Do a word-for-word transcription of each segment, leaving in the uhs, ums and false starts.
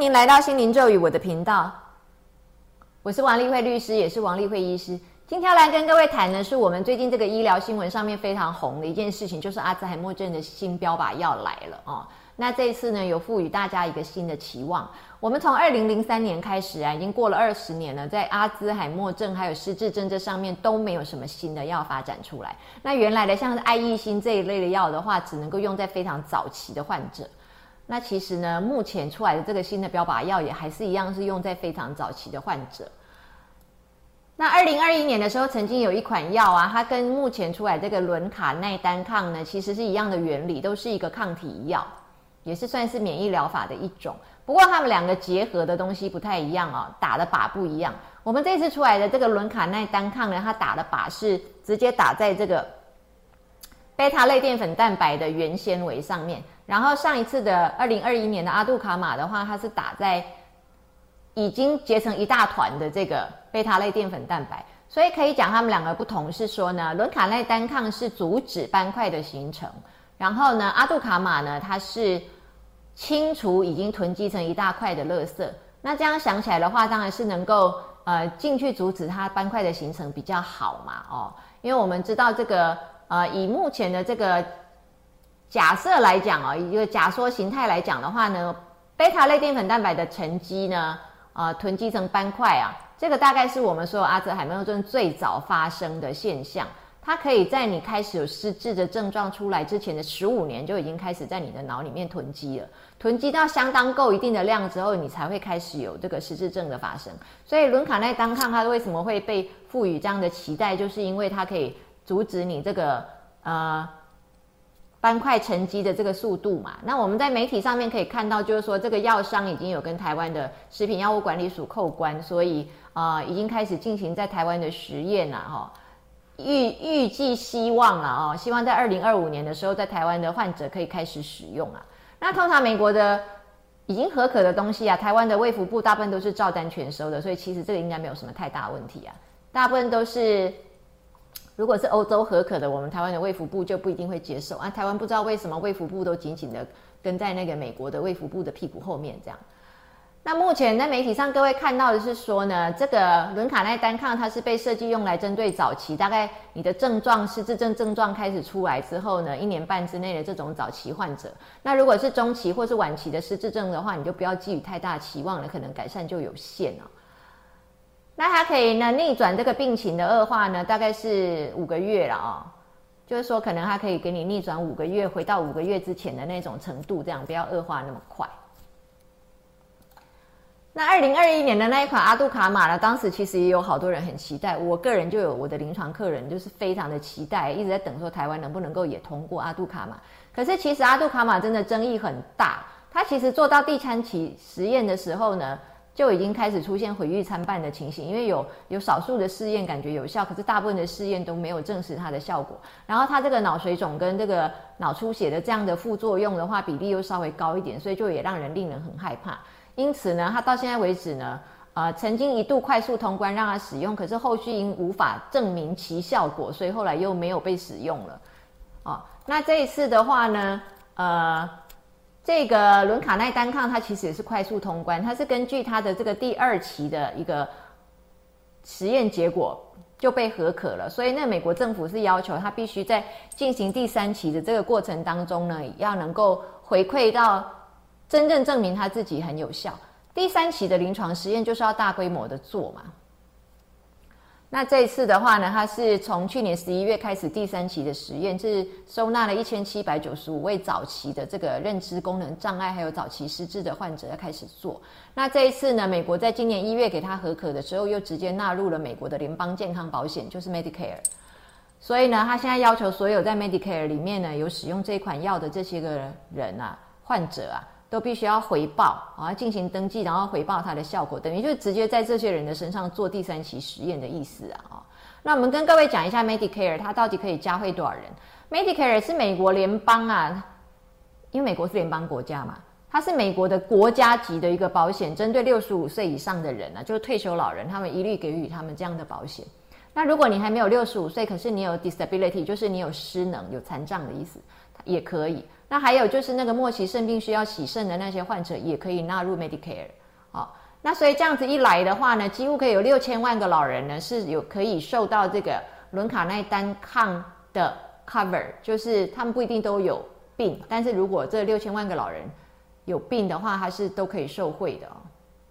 迎来到心灵咒语我的频道，我是王丽慧律师，也是王丽慧医师。今天要来跟各位谈的是我们最近这个医疗新闻上面非常红的一件事情，就是阿兹海默症的新标靶药来了哦。那这一次呢，有赋予大家一个新的期望。我们从二零零三年开始啊，已经过了二十年了，在阿兹海默症还有失智症这上面都没有什么新的药发展出来。那原来的像是爱益新这一类的药的话，只能够用在非常早期的患者。那其实呢，目前出来的这个新的标靶药也还是一样是用在非常早期的患者。那二零二一年的时候，曾经有一款药啊，它跟目前出来这个伦卡奈单抗呢，其实是一样的原理，都是一个抗体药，也是算是免疫疗法的一种。不过它们两个结合的东西不太一样哦，打的靶不一样。我们这次出来的这个伦卡奈单抗呢，它打的靶是直接打在这个贝塔类淀粉蛋白的原纤维上面。然后上一次的二零二一年的阿杜卡玛的话，它是打在已经结成一大团的这个贝塔类淀粉蛋白，所以可以讲它们两个不同是说呢，伦卡奈单抗是阻止斑块的形成，然后呢，阿杜卡玛呢，它是清除已经囤积成一大块的垃圾。那这样想起来的话，当然是能够呃进去阻止它斑块的形成比较好嘛哦，因为我们知道这个呃以目前的这个假设来讲哦，一个假说形态来讲的话呢，贝塔类淀粉蛋白的沉积呢，呃，囤积成斑块啊，这个大概是我们说阿兹海默症最早发生的现象。它可以在你开始有失智的症状出来之前的十五年就已经开始在你的脑里面囤积了，囤积到相当够一定的量之后，你才会开始有这个失智症的发生。所以伦卡奈单抗它为什么会被赋予这样的期待，就是因为它可以阻止你这个呃。斑块沉积的这个速度嘛，那我们在媒体上面可以看到，就是说这个药商已经有跟台湾的食品药物管理署扣关，所以呃已经开始进行在台湾的实验了哈，预预计希望了哦，希望在二零二五年的时候，在台湾的患者可以开始使用啊。那通常美国的已经核可的东西啊，台湾的卫福部大部分都是照单全收的，所以其实这个应该没有什么太大的问题啊，大部分都是。如果是欧洲核可的，我们台湾的卫福部就不一定会接受啊。台湾不知道为什么卫福部都紧紧的跟在那个美国的卫福部的屁股后面这样。那目前在媒体上各位看到的是说呢，这个伦卡奈单抗它是被设计用来针对早期，大概你的症状失智症症状开始出来之后呢，一年半之内的这种早期患者。那如果是中期或是晚期的失智症的话，你就不要寄予太大期望了，可能改善就有限哦。那它可以呢逆转这个病情的恶化呢，大概是五个月了哦，就是说可能它可以给你逆转五个月，回到五个月之前的那种程度，这样不要恶化那么快。那二零二一年的那一款阿杜卡玛呢，当时其实也有好多人很期待，我个人就有我的临床客人就是非常的期待，一直在等说台湾能不能够也通过阿杜卡玛。可是其实阿杜卡玛真的争议很大，它其实做到第三期实验的时候呢，就已经开始出现毁誉参半的情形，因为有有少数的试验感觉有效，可是大部分的试验都没有证实它的效果。然后它这个脑水肿跟这个脑出血的这样的副作用的话，比例又稍微高一点，所以就也让人令人很害怕。因此呢，它到现在为止呢，呃，曾经一度快速通关让它使用，可是后续因无法证明其效果，所以后来又没有被使用了。哦，那这一次的话呢，呃。这个伦卡奈单抗它其实也是快速通关，它是根据它的这个第二期的一个实验结果就被核可了，所以那美国政府是要求它必须在进行第三期的这个过程当中呢，要能够回馈到真正证明它自己很有效。第三期的临床实验就是要大规模的做嘛。那这一次的话呢，它是从去年十一月开始第三期的实验，是收纳了一千七百九十五位早期的这个认知功能障碍还有早期失智的患者要开始做。那这一次呢，美国在今年一月给它核可的时候，又直接纳入了美国的联邦健康保险，就是 Medicare。所以呢，他现在要求所有在 Medicare 里面呢有使用这款药的这些个人啊，患者啊，都必须要回报啊，进行登记，然后回报它的效果，等于就直接在这些人的身上做第三期实验的意思啊。那我们跟各位讲一下 Medicare 它到底可以加惠多少人。Medicare 是美国联邦啊，因为美国是联邦国家嘛，它是美国的国家级的一个保险，针对六十五岁以上的人啊，就是退休老人，他们一律给予他们这样的保险。那如果你还没有六十五岁，可是你有 disability， 就是你有失能、有残障的意思， 也可以。那还有就是那个末期肾病需要洗肾的那些患者也可以纳入 Medicare。好，那所以这样子一来的话呢，几乎可以有六千万个老人呢是有可以受到这个伦卡奈单抗的 cover， 就是他们不一定都有病，但是如果这六千万个老人有病的话，他是都可以受惠的哦。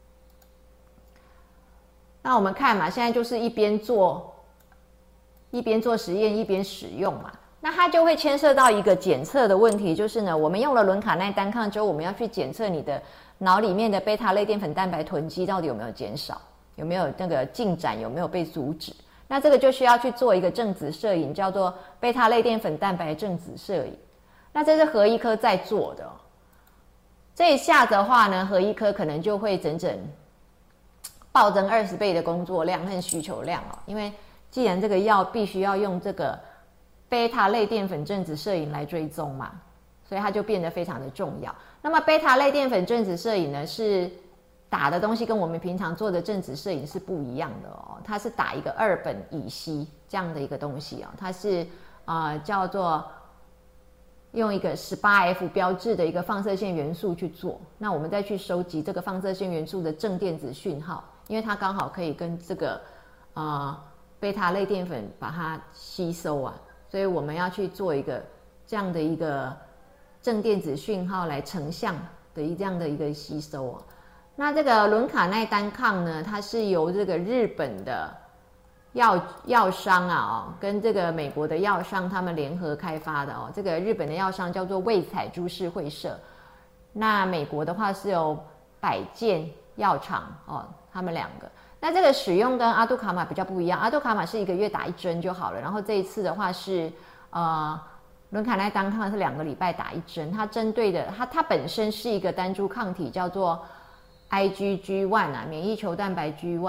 那我们看嘛，现在就是一边做一边做实验一边使用嘛，那它就会牵涉到一个检测的问题，就是呢，我们用了伦卡奈单抗之后，我们要去检测你的脑里面的贝塔类淀粉蛋白囤积到底有没有减少，有没有那个进展，有没有被阻止。那这个就需要去做一个正子摄影，叫做贝塔类淀粉蛋白正子摄影。那这是核医科在做的哦。这一下的话呢，核医科可能就会整整暴增二十倍的工作量和需求量哦，因为既然这个药必须要用这个贝塔类淀粉正子摄影来追踪嘛，所以它就变得非常的重要。那么贝塔类淀粉正子摄影呢，是打的东西跟我们平常做的正子摄影是不一样的哦，它是打一个二苯乙烯这样的一个东西哦，它是呃叫做用一个 十八 F 标志的一个放射线元素去做，那我们再去收集这个放射线元素的正电子讯号，因为它刚好可以跟这个呃贝塔类淀粉把它吸收啊，所以我们要去做一个这样的一个正电子讯号来成像的一这样的一个吸收啊。那这个伦卡奈单抗呢，它是由这个日本的药药商啊、哦，跟这个美国的药商他们联合开发的哦。这个日本的药商叫做卫彩株式会社，那美国的话是由百健药厂哦，他们两个。那这个使用跟阿杜卡玛比较不一样，阿杜卡玛是一个月打一针就好了，然后这一次的话是呃伦卡奈单抗是两个礼拜打一针，它针对的它它本身是一个单株抗体，叫做 I G G 一 啊，免疫球蛋白 G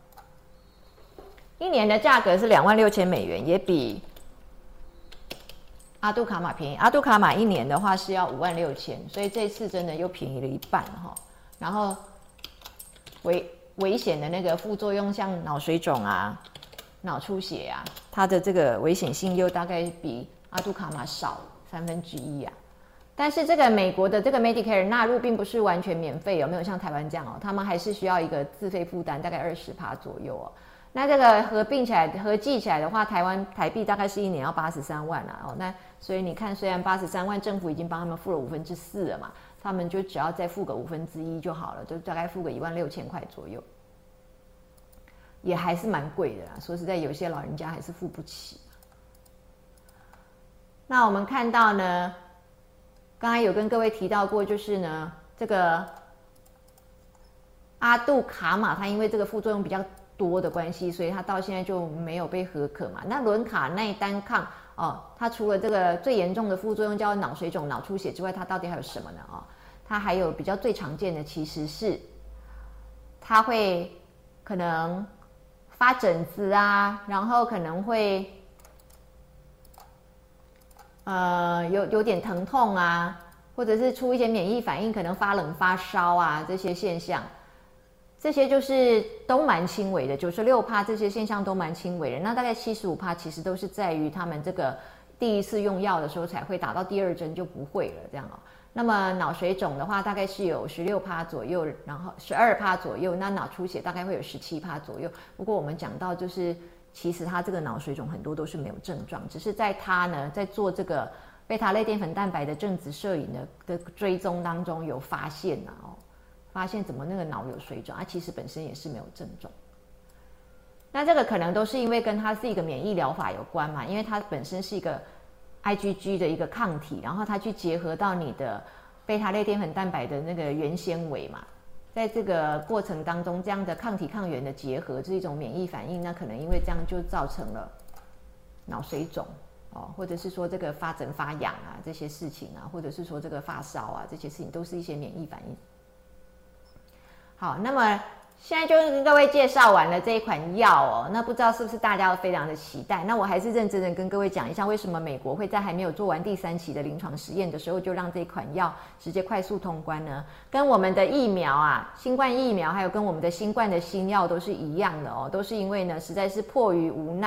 一，一年的价格是两万六千美元，也比阿杜卡玛便宜。阿杜卡玛一年的话是要五万六千，所以这次真的又便宜了一半哈。然后危危险的那个副作用，像脑水肿啊、脑出血啊，它的这个危险性又大概比阿杜卡玛少三分之一啊。但是这个美国的这个 Medicare 纳入并不是完全免费，有没有像台湾这样哦？他们还是需要一个自费负担，大概 百分之二十 左右哦。那这个合并起来、合计起来的话，台湾台币大概是一年要八十三万啊哦。那所以你看，虽然八十三万政府已经帮他们付了五分之四了嘛，他们就只要再付个五分之一就好了，就大概付个一万六千块左右，也还是蛮贵的啦。说实在，有些老人家还是付不起。那我们看到呢，刚才有跟各位提到过，就是呢，这个阿杜卡玛它因为这个副作用比较多的关系，所以它到现在就没有被核可嘛。那伦卡奈单抗哦，它除了这个最严重的副作用叫脑水肿、脑出血之外，它到底还有什么呢？哦，它还有比较最常见的其实是它会可能发疹子啊，然后可能会呃有有点疼痛啊，或者是出一些免疫反应，可能发冷发烧啊这些现象。这些就是都蛮轻微的， 百分之九十六 这些现象都蛮轻微的。那大概 百分之七十五 其实都是在于他们这个第一次用药的时候才会，打到第二针就不会了这样哦。那么脑水肿的话大概是有 百分之十六 左右，然后 百分之十二 左右，那脑出血大概会有 百分之十七 左右。不过我们讲到就是其实他这个脑水肿很多都是没有症状，只是在他呢在做这个贝塔类淀粉蛋白的正子摄影的的追踪当中有发现啊哦。发现怎么那个脑有水肿啊，其实本身也是没有症状。那这个可能都是因为跟它是一个免疫疗法有关嘛，因为它本身是一个 I G G 的一个抗体，然后它去结合到你的贝塔类淀粉蛋白的那个原纤维嘛，在这个过程当中，这样的抗体抗原的结合是一种免疫反应，那可能因为这样就造成了脑水肿哦，或者是说这个发疹发痒啊这些事情啊，或者是说这个发烧啊这些事情，都是一些免疫反应。好，那么现在就跟各位介绍完了这一款药哦，那不知道是不是大家都非常的期待？那我还是认真的跟各位讲一下，为什么美国会在还没有做完第三期的临床实验的时候，就让这款药直接快速通关呢？跟我们的疫苗啊，新冠疫苗，还有跟我们的新冠的新药都是一样的哦，都是因为呢，实在是迫于无奈，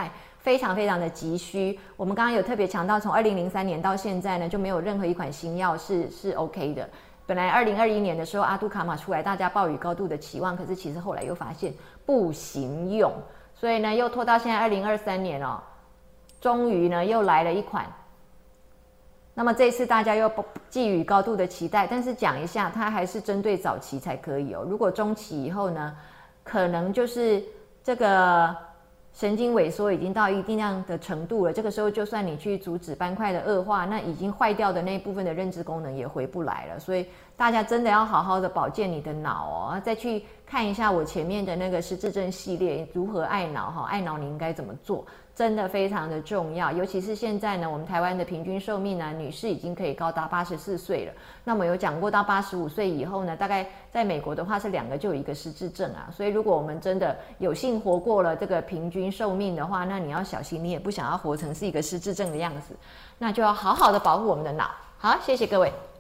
非常非常的急需。我们刚刚有特别强调，从二零零三年到现在呢，就没有任何一款新药是是 OK 的。本来二零二一年的时候，阿杜卡玛出来，大家抱有高度的期望，可是其实后来又发现不行用，所以呢，又拖到现在二零二三年哦，终于呢又来了一款。那么这次大家又寄予高度的期待，但是讲一下，它还是针对早期才可以哦。如果中期以后呢，可能就是这个神经萎缩已经到一定量的程度了，这个时候就算你去阻止斑块的恶化，那已经坏掉的那一部分的认知功能也回不来了。所以大家真的要好好的保健你的脑哦，再去看一下我前面的那个失智症系列，如何爱脑哈，爱脑你应该怎么做，真的非常的重要。尤其是现在呢，我们台湾的平均寿命呢，女士已经可以高达八十四岁了。那么有讲过到八十五岁以后呢，大概在美国的话是两个就有一个失智症啊。所以如果我们真的有幸活过了这个平均寿命的话，那你要小心，你也不想要活成是一个失智症的样子，那就要好好的保护我们的脑。好，谢谢各位。